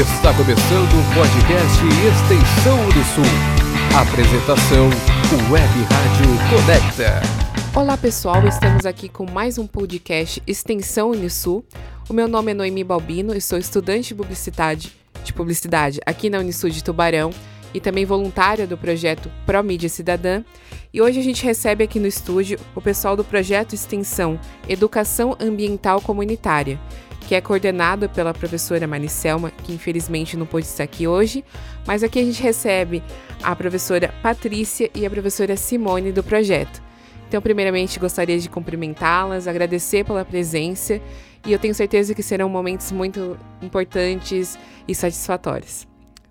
Está começando o podcast Extensão Unisul. Apresentação, Web Rádio Conecta. Olá pessoal, estamos aqui com mais um podcast Extensão Unisul. O meu nome é Noemi Balbino e sou estudante de publicidade aqui na Unisul de Tubarão e também voluntária do projeto Pró-Mídia Cidadã. E hoje a gente recebe aqui no estúdio o pessoal do projeto Extensão Educação Ambiental Comunitária, que é coordenado pela professora Maricelma, que infelizmente não pôde estar aqui hoje, mas aqui a gente recebe a professora Patrícia e a professora Simone do projeto. Então, primeiramente, gostaria de cumprimentá-las, agradecer pela presença e eu tenho certeza que serão momentos muito importantes e satisfatórios.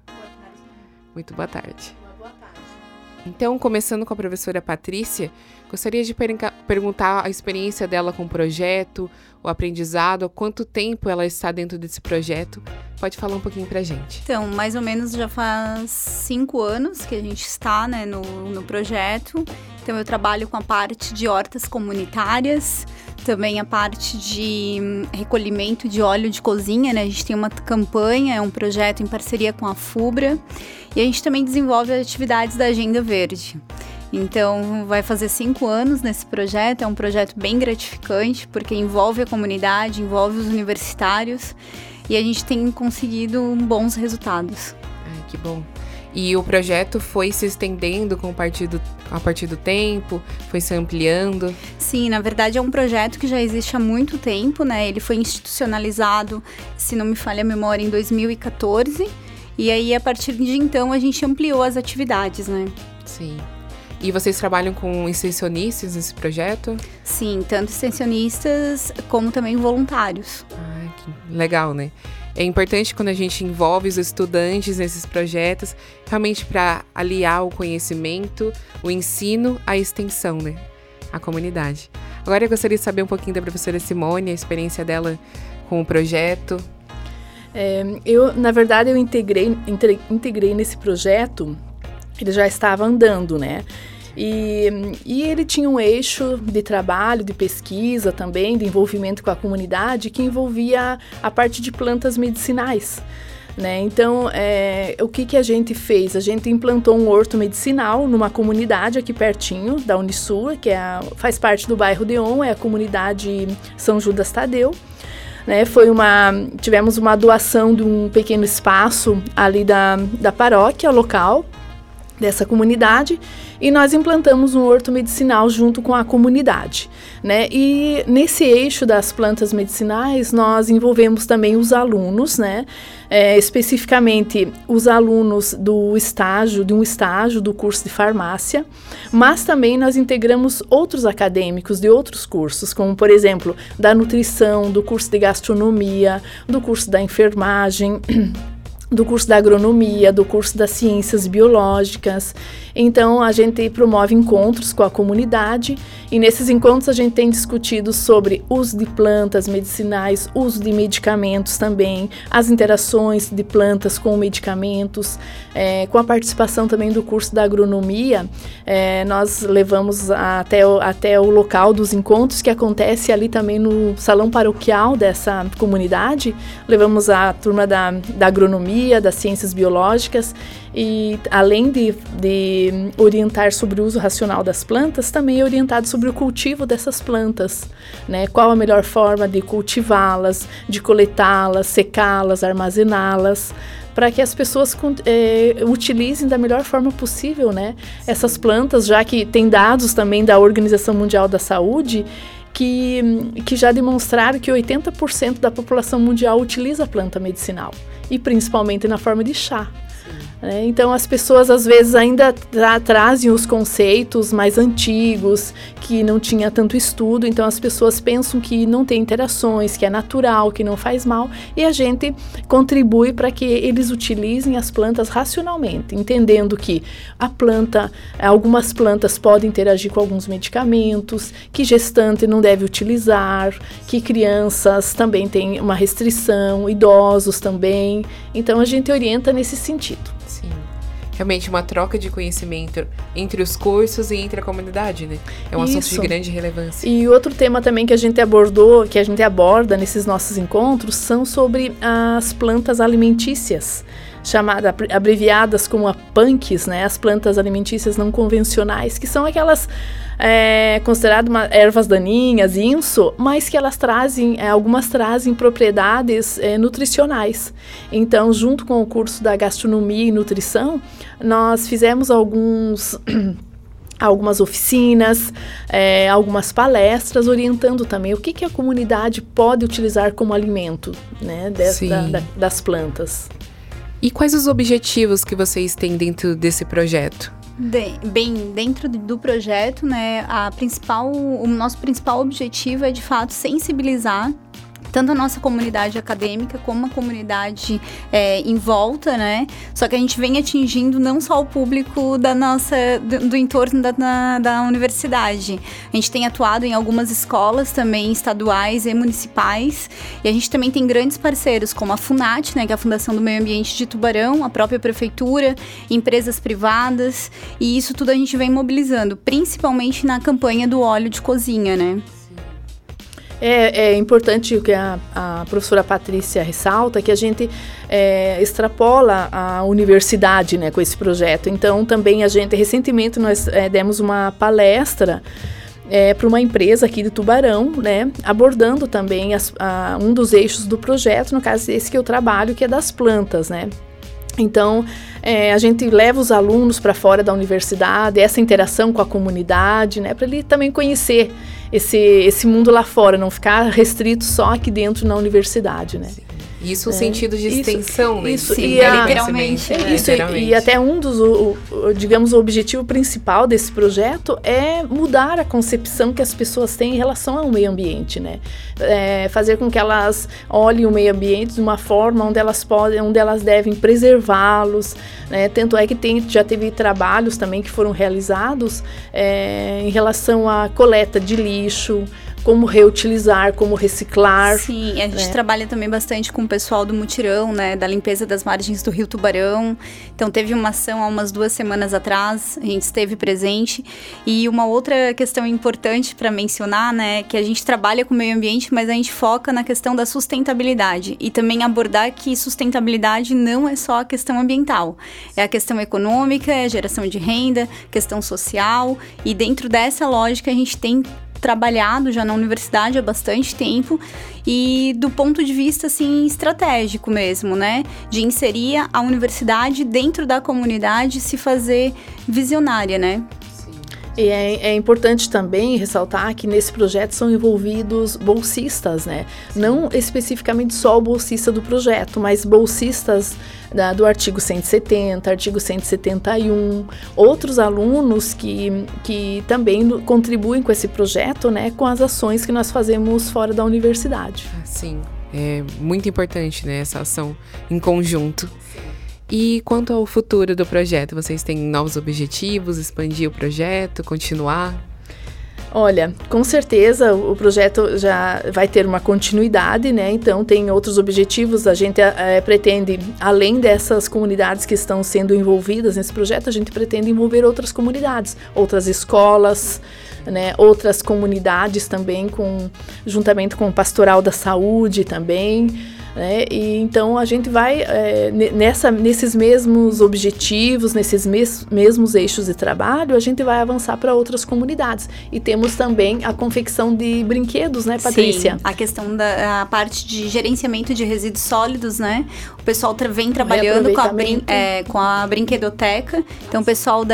Muito boa tarde. Boa tarde. Então, começando com a professora Patrícia, gostaria de perguntar a experiência dela com o projeto, o aprendizado, há quanto tempo ela está dentro desse projeto. Pode falar um pouquinho pra gente. Então, mais ou menos já faz 5 anos que a gente está, no projeto. Então, eu trabalho com a parte de hortas comunitárias, também a parte de recolhimento de óleo de cozinha, A gente tem uma campanha, é um projeto em parceria com a FUBRA, e a gente também desenvolve atividades da Agenda Verde. Então, vai fazer 5 anos nesse projeto, é um projeto bem gratificante, porque envolve a comunidade, envolve os universitários, e a gente tem conseguido bons resultados. Ai, que bom. E o projeto foi se estendendo a partir do tempo, foi se ampliando? Sim, na verdade é um projeto que já existe há muito tempo, Ele foi institucionalizado, se não me falha a memória, em 2014. E aí, a partir de então, a gente ampliou as atividades, Sim. E vocês trabalham com extensionistas nesse projeto? Sim, tanto extensionistas como também voluntários. Ai, que legal, É importante quando a gente envolve os estudantes nesses projetos, realmente para aliar o conhecimento, o ensino à extensão, à comunidade. Agora eu gostaria de saber um pouquinho da professora Simone, a experiência dela com o projeto. Na verdade, eu integrei nesse projeto, ele já estava andando, E ele tinha um eixo de trabalho, de pesquisa também, de envolvimento com a comunidade, que envolvia a parte de plantas medicinais, Então, o que a gente fez? A gente implantou um horto medicinal numa comunidade aqui pertinho da Unisul, que faz parte do bairro Deon, é a comunidade São Judas Tadeu. Tivemos uma doação de um pequeno espaço ali da paróquia local, dessa comunidade, e nós implantamos um horto medicinal junto com a comunidade, E nesse eixo das plantas medicinais, nós envolvemos também os alunos, Especificamente os alunos de um estágio do curso de farmácia, mas também nós integramos outros acadêmicos de outros cursos, como, por exemplo, da nutrição, do curso de gastronomia, do curso da enfermagem, do curso da agronomia, do curso das ciências biológicas. Então, a gente promove encontros com a comunidade e nesses encontros a gente tem discutido sobre uso de plantas medicinais, uso de medicamentos também, as interações de plantas com medicamentos, com a participação também do curso da agronomia. Nós levamos até o local dos encontros, que acontece ali também no salão paroquial dessa comunidade. Levamos a turma da agronomia, das ciências biológicas, e além de orientar sobre o uso racional das plantas, também é orientado sobre o cultivo dessas plantas, Qual a melhor forma de cultivá-las, de coletá-las, secá-las, armazená-las, para que as pessoas utilizem da melhor forma possível, essas plantas, já que tem dados também da Organização Mundial da Saúde, que já demonstraram que 80% da população mundial utiliza a planta medicinal, e principalmente na forma de chá. Então, as pessoas às vezes ainda trazem os conceitos mais antigos, que não tinha tanto estudo, então as pessoas pensam que não tem interações, que é natural, que não faz mal, e a gente contribui para que eles utilizem as plantas racionalmente, entendendo que algumas plantas podem interagir com alguns medicamentos, que gestante não deve utilizar, que crianças também têm uma restrição, idosos também, então a gente orienta nesse sentido. Sim. realmente uma troca de conhecimento entre os cursos e entre a comunidade, né? É um assunto de grande relevância. E outro tema também que a gente abordou, que a gente aborda nesses nossos encontros, são sobre as plantas alimentícias, abreviadas como a PANCs, né? As plantas alimentícias não convencionais, que são aquelas consideradas ervas daninhas, mas que elas trazem, algumas trazem propriedades nutricionais. Então, junto com o curso da gastronomia e nutrição, nós fizemos algumas oficinas, algumas palestras, orientando também o que a comunidade pode utilizar como alimento, né, das plantas. E quais os objetivos que vocês têm dentro desse projeto? Bem, dentro do projeto, né, o nosso principal objetivo é, de fato, sensibilizar tanto a nossa comunidade acadêmica como a comunidade em volta, né? Só que a gente vem atingindo não só o público do entorno da universidade. A gente tem atuado em algumas escolas também estaduais e municipais, e a gente também tem grandes parceiros como a FUNAT, né, que é a Fundação do Meio Ambiente de Tubarão, a própria prefeitura, empresas privadas, e isso tudo a gente vem mobilizando, principalmente na campanha do óleo de cozinha, né? É importante o que a professora Patrícia ressalta, que a gente extrapola a universidade, né, com esse projeto. Então, também recentemente nós demos uma palestra para uma empresa aqui de Tubarão, né, abordando também um dos eixos do projeto, no caso esse que eu trabalho, que é das plantas, né. Então, a gente leva os alunos para fora da universidade, essa interação com a comunidade, né, para ele também conhecer esse mundo lá fora, não ficar restrito só aqui dentro na universidade, né? Sim. Isso o sentido de extensão, né? Isso, sim, literalmente. E até digamos, o objetivo principal desse projeto é mudar a concepção que as pessoas têm em relação ao meio ambiente, né? Fazer com que elas olhem o meio ambiente de uma forma onde elas devem preservá-los, né? Tanto é que já teve trabalhos também que foram realizados em relação à coleta de lixo, como reutilizar, como reciclar. Sim, a gente trabalha também bastante com o pessoal do mutirão, né, da limpeza das margens do Rio Tubarão. Então, teve uma ação há umas 2 semanas atrás, a gente esteve presente. E uma outra questão importante para mencionar, né, que a gente trabalha com o meio ambiente, mas a gente foca na questão da sustentabilidade. E também abordar que sustentabilidade não é só a questão ambiental. É a questão econômica, é a geração de renda, questão social. E dentro dessa lógica, a gente tem trabalhado já na universidade há bastante tempo e do ponto de vista, assim, estratégico mesmo, né? De inserir a universidade dentro da comunidade e se fazer visionária, né? E é importante também ressaltar que nesse projeto são envolvidos bolsistas, né? Não especificamente só o bolsista do projeto, mas bolsistas do artigo 170, artigo 171, outros alunos que também contribuem com esse projeto, né? Com as ações que nós fazemos fora da universidade. Sim, é muito importante, né? Essa ação em conjunto. E quanto ao futuro do projeto, vocês têm novos objetivos, expandir o projeto, continuar? Olha, com certeza o projeto já vai ter uma continuidade, né? Então tem outros objetivos, a gente pretende, além dessas comunidades que estão sendo envolvidas nesse projeto, a gente pretende envolver outras comunidades, outras escolas, né? Outras comunidades também, juntamente com o Pastoral da Saúde também. E então a gente vai nesses mesmos objetivos, nesses mesmos eixos de trabalho, a gente vai avançar para outras comunidades. E temos também a confecção de brinquedos, né, Patrícia? Sim, a questão da parte de gerenciamento de resíduos sólidos, né? O pessoal vem trabalhando com a brinquedoteca. Então o pessoal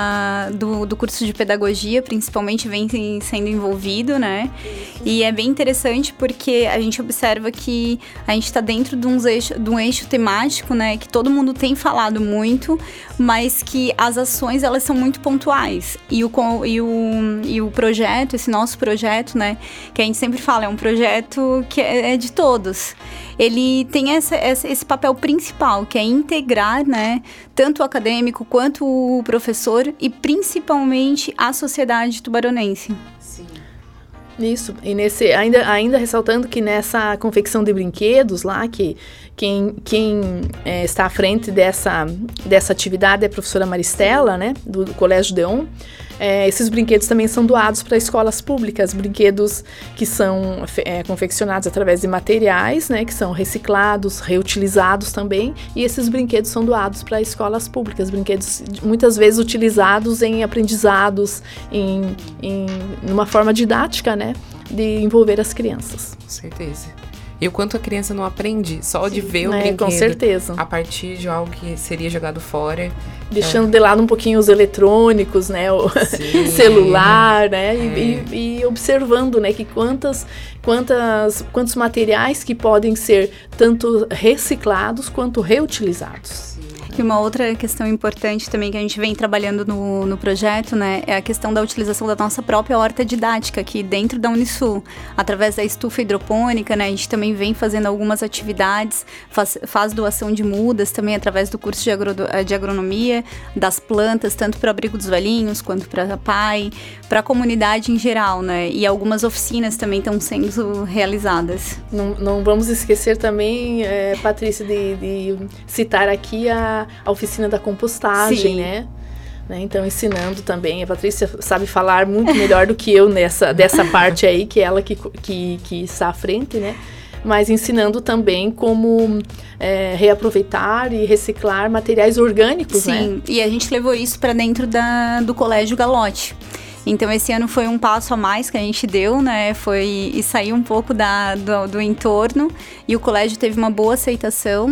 do curso de pedagogia, principalmente, vem sendo envolvido, né? E é bem interessante porque a gente observa que a gente está dentro de um eixo temático, né, que todo mundo tem falado muito, mas que as ações, elas são muito pontuais. E o projeto, esse nosso projeto, né, que a gente sempre fala, é um projeto que é de todos. Ele tem esse papel principal, que é integrar, né, tanto o acadêmico quanto o professor e principalmente a sociedade tubaronense. Isso, e ainda ressaltando que nessa confecção de brinquedos lá, que quem está à frente dessa atividade é a professora Maristela, né, do Colégio Deon. Esses brinquedos também são doados para escolas públicas, brinquedos que são confeccionados através de materiais, né, que são reciclados, reutilizados também, e esses brinquedos são doados para escolas públicas, brinquedos muitas vezes utilizados em aprendizados, numa forma didática, né, de envolver as crianças. Com certeza. E o quanto a criança não aprende só de ver o brinquedo. Com certeza. A partir de algo que seria jogado fora. Deixando de lado um pouquinho os eletrônicos, né? O celular, né? E observando, né? Que quantos materiais que podem ser tanto reciclados quanto reutilizados. E uma outra questão importante também que a gente vem trabalhando no projeto, né, é a questão da utilização da nossa própria horta didática aqui dentro da Unisul. Através da estufa hidropônica, né, a gente também vem fazendo algumas atividades, faz doação de mudas também através do curso de agronomia, das plantas, tanto para o abrigo dos velhinhos quanto para a PAI, para a comunidade em geral, né, e algumas oficinas também estão sendo realizadas. Não vamos esquecer também, Patrícia, de citar aqui a oficina da compostagem, né? Então, ensinando também. A Patrícia sabe falar muito melhor do que eu dessa parte aí, que é ela que está à frente, né? Mas ensinando também como reaproveitar e reciclar materiais orgânicos, né? Sim, e a gente levou isso para dentro do Colégio Galote. Então, esse ano foi um passo a mais que a gente deu, né? E sair um pouco do entorno. E o colégio teve uma boa aceitação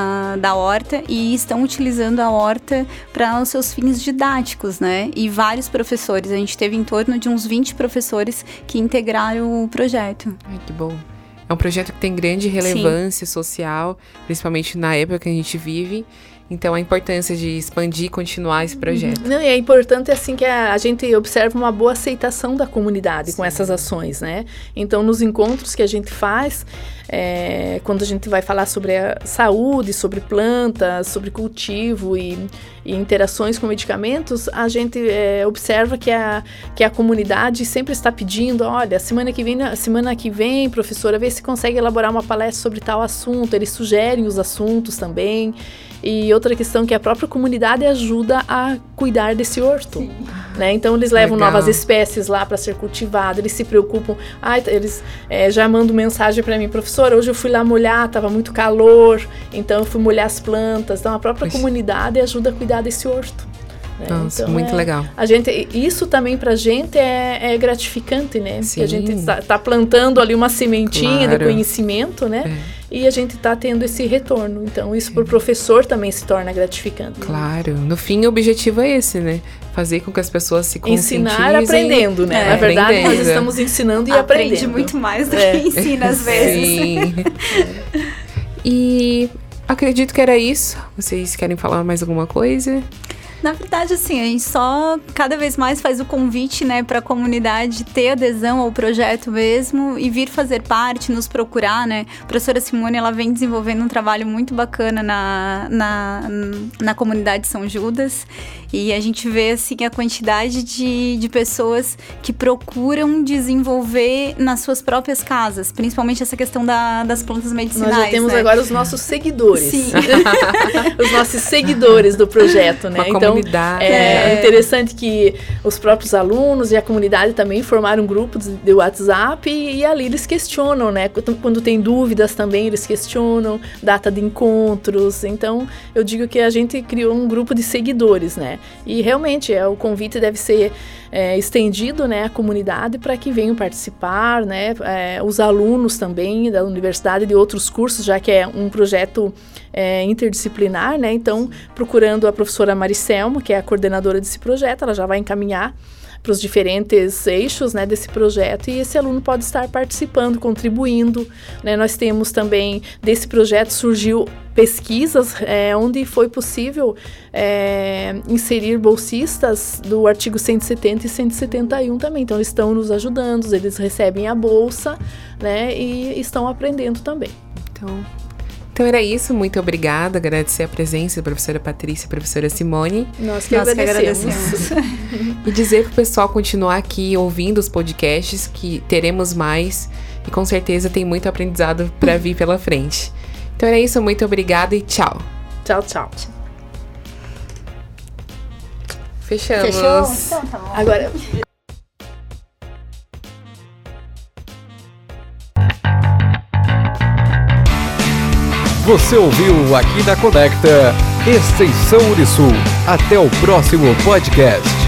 da horta e estão utilizando a horta para os seus fins didáticos, né? E vários professores. A gente teve em torno de uns 20 professores que integraram o projeto. Ai, que bom. É um projeto que tem grande relevância social, principalmente na época que a gente vive. Então, a importância de expandir e continuar esse projeto. Não, e é importante, assim, que a gente observe uma boa aceitação da comunidade com essas ações, né? Então, nos encontros que a gente faz, quando a gente vai falar sobre a saúde, sobre plantas, sobre cultivo e interações com medicamentos, a gente observa que a comunidade sempre está pedindo, olha, semana que vem, professora, vê se consegue elaborar uma palestra sobre tal assunto. Eles sugerem os assuntos também. E outra questão que a própria comunidade ajuda a cuidar desse horto, né? Então, eles levam novas espécies lá para ser cultivado, eles se preocupam. Eles já mandam mensagem para mim, professora, hoje eu fui lá molhar, estava muito calor, então eu fui molhar as plantas. Então, a própria comunidade ajuda a cuidar desse horto. Nossa, então, muito legal. Isso também pra gente é gratificante, né? Sim. Porque a gente tá plantando ali uma sementinha de conhecimento, né? E a gente tá tendo esse retorno. Então, isso pro professor também se torna gratificante. Claro. No fim, o objetivo é esse, né? Fazer com que as pessoas se conscientizem. Ensinar aprendendo, né? Na verdade, nós estamos ensinando e aprendendo. Aprende muito mais do que ensina, às vezes. Sim. E acredito que era isso. Vocês querem falar mais alguma coisa? Na verdade, assim, a gente só cada vez mais faz o convite, né, para a comunidade ter adesão ao projeto mesmo e vir fazer parte, nos procurar, né. A professora Simone, ela vem desenvolvendo um trabalho muito bacana na comunidade São Judas e a gente vê, assim, a quantidade de pessoas que procuram desenvolver nas suas próprias casas, principalmente essa questão das plantas medicinais. Nós já temos, né, agora os nossos seguidores. Sim. Os nossos seguidores do projeto, né? Então, é interessante que os próprios alunos e a comunidade também formaram grupos de WhatsApp e ali eles questionam, né? Quando tem dúvidas também eles questionam, data de encontros. Então, eu digo que a gente criou um grupo de seguidores, né? E realmente o convite deve ser estendido, né, à comunidade para que venham participar, né? Os alunos também da universidade, de outros cursos, já que é um projeto interdisciplinar, né? Então, procurando a professora Maricelma, que é a coordenadora desse projeto, ela já vai encaminhar para os diferentes eixos, né, desse projeto, e esse aluno pode estar participando, contribuindo, né? Nós temos também, desse projeto surgiu pesquisas onde foi possível inserir bolsistas do artigo 170 e 171 também. Então, eles estão nos ajudando, eles recebem a bolsa, né, e estão aprendendo também. Então, Então era isso, muito obrigada, agradecer a presença da professora Patrícia e professora Simone. Nós que agradecemos. E dizer pro pessoal continuar aqui ouvindo os podcasts, que teremos mais e com certeza tem muito aprendizado para vir pela frente. Então era isso, muito obrigada e tchau. Tchau, tchau. Fechamos. Fechou? Então tá bom. Agora... Você ouviu aqui na Conecta Extensão Unisul. Até o próximo podcast.